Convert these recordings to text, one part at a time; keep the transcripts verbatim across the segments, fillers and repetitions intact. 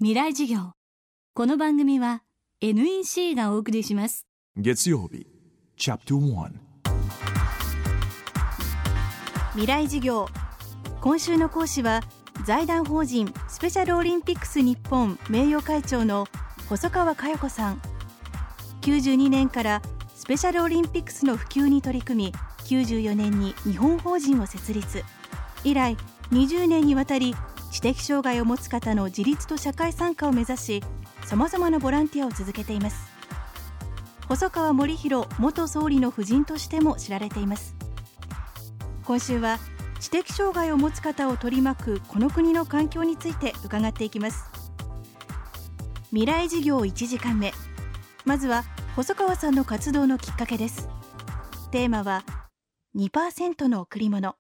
未来授業。この番組は エヌイーシー がお送りします。 月曜日チャプターワン未来授業。今週の講師は財団法人スペシャルオリンピックス日本名誉会長の細川佳代子さん。きゅうじゅうにねんからスペシャルオリンピックスの普及に取り組み、きゅうじゅうよねんに日本法人を設立。以来にじゅうねんにわたり知的障害を持つ方の自立と社会参加を目指し、さまざまなボランティアを続けています。細川護熙元総理の夫人としても知られています。今週は知的障害を持つ方を取り巻くこの国の環境について伺っていきます。未来事業いちじかんめ、まずは細川さんの活動のきっかけです。テーマは にパーセント の贈り物。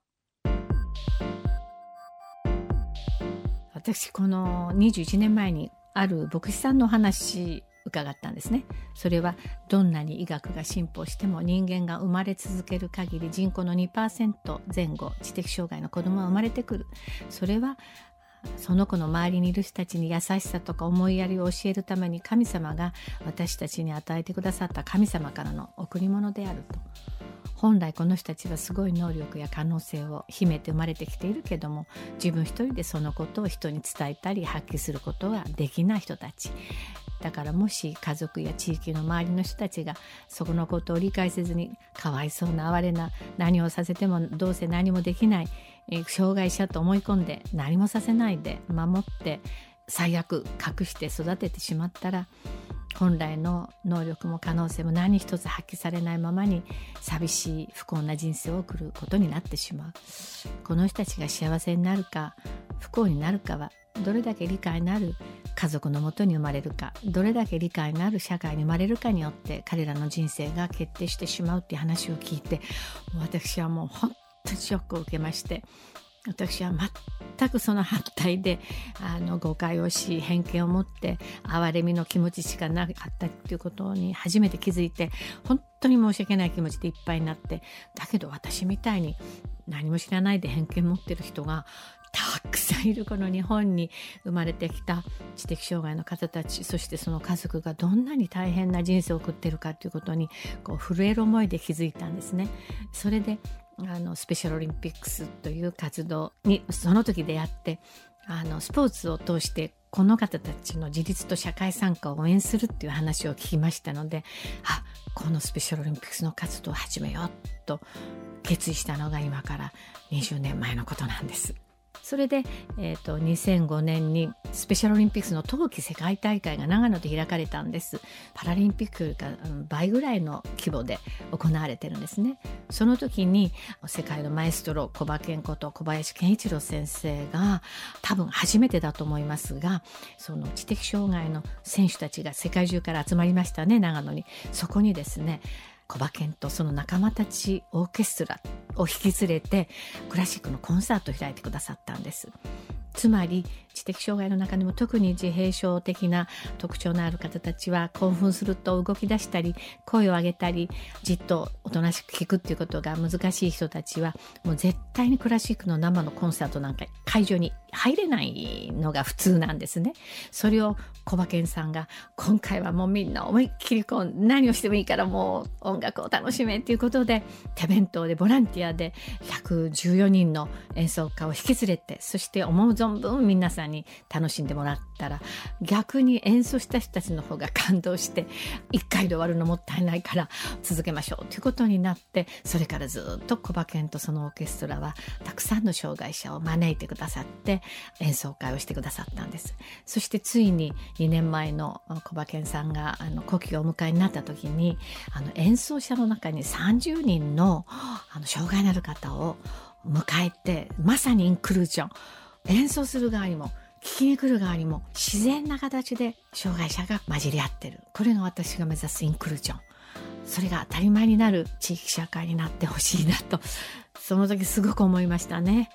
私このにじゅういちねんまえにある牧師さんのお話伺ったんですね。それはどんなに医学が進歩しても人間が生まれ続ける限り人口の にパーセント 前後知的障害の子供が生まれてくる。それはその子の周りにいる人たちに優しさとか思いやりを教えるために神様が私たちに与えてくださった神様からの贈り物であると。本来この人たちはすごい能力や可能性を秘めて生まれてきているけども、自分一人でそのことを人に伝えたり発揮することができない人たちだから、もし家族や地域の周りの人たちがそこのことを理解せずに、かわいそうな哀れな、何をさせてもどうせ何もできない、えー、障害者と思い込んで何もさせないで守って最悪隠して育ててしまったら、本来の能力も可能性も何一つ発揮されないままに寂しい不幸な人生を送ることになってしまう。この人たちが幸せになるか不幸になるかは、どれだけ理解のある家族のもとに生まれるか、どれだけ理解のある社会に生まれるかによって彼らの人生が決定してしまうっていう話を聞いて、私はもう本当にショックを受けまして、私は全くその反対であの誤解をし、偏見を持って哀れみの気持ちしかなかったっていうことに初めて気づいて、本当に申し訳ない気持ちでいっぱいになって、だけど私みたいに何も知らないで偏見持ってる人がたくさんいるこの日本に生まれてきた知的障害の方たち、そしてその家族がどんなに大変な人生を送ってるかということにこう震える思いで気づいたんですね。それであのスペシャルオリンピックスという活動にその時出会って、あのスポーツを通してこの方たちの自立と社会参加を応援するっていう話を聞きましたので、あ、このスペシャルオリンピックスの活動を始めようと決意したのが今からにじゅうねんまえのことなんです。それで、えーと、にせんごねんにスペシャルオリンピックスの冬季世界大会が長野で開かれたんです。パラリンピックよりか倍ぐらいの規模で行われてるんですね。その時に世界のマエストロ小馬健こと小林健一郎先生が、多分初めてだと思いますが、その知的障害の選手たちが世界中から集まりましたね、長野に。そこにですね、小馬健とその仲間たちオーケストラを引き連れてクラシックのコンサートを開いてくださったんです。つまり知的障害の中でも特に自閉症的な特徴のある方たちは、興奮すると動き出したり声を上げたりじっとおとなしく聞くっていうことが難しい人たちは、もう絶対にクラシックの生のコンサートなんか会場に入れないのが普通なんですね。それを小馬健さんが、今回はもうみんな思いっきりこう何をしてもいいからもう音楽を楽しめっていうことで、手弁当でボランティアでひゃくじゅうよにんの演奏家を引き連れて、そして思う存分皆さんに楽しんでもらったら、逆に演奏した人たちの方が感動して、いっかいで終わるのもったいないから続けましょうということになって、それからずっと小馬健とそのオーケストラはたくさんの障害者を招いてくださって演奏会をしてくださったんです。そしてついににねんまえの小馬健さんがあの古希をお迎えになった時に、あの演奏者の中にさんじゅうにんのあの障害のある方を迎えて、まさにインクルージョン、演奏する側にも聞きに来る側にも自然な形で障害者が混じり合ってる。これが私が目指すインクルージョン。それが当たり前になる地域社会になってほしいなと、その時すごく思いましたね。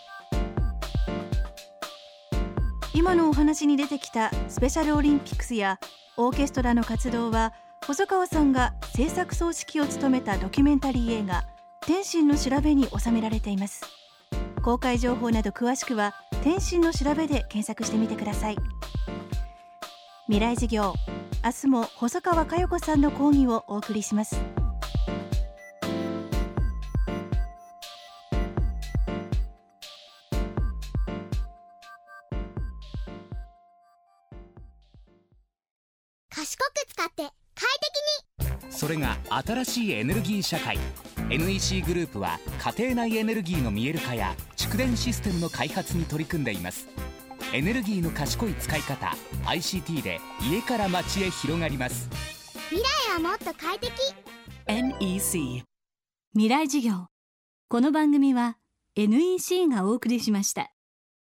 今のお話に出てきたスペシャルオリンピックスやオーケストラの活動は、細川さんが制作総指揮を務めたドキュメンタリー映画天心の調べに収められています。公開情報など詳しくは天心の調べで検索してみてください。 未来授業、明日も細川佳代子さんの講義をお送りします。 賢く使って快適に、 それが新しいエネルギー社会。 エヌイーシー グループは家庭内エネルギーの見える化や蓄電システムの開発に取り組んでいます。エネルギーの賢い使い方 アイシーティー で家から街へ広がります。 未来はもっと快適。 エヌイーシー未来授業。この番組は エヌイーシー がお送りしました。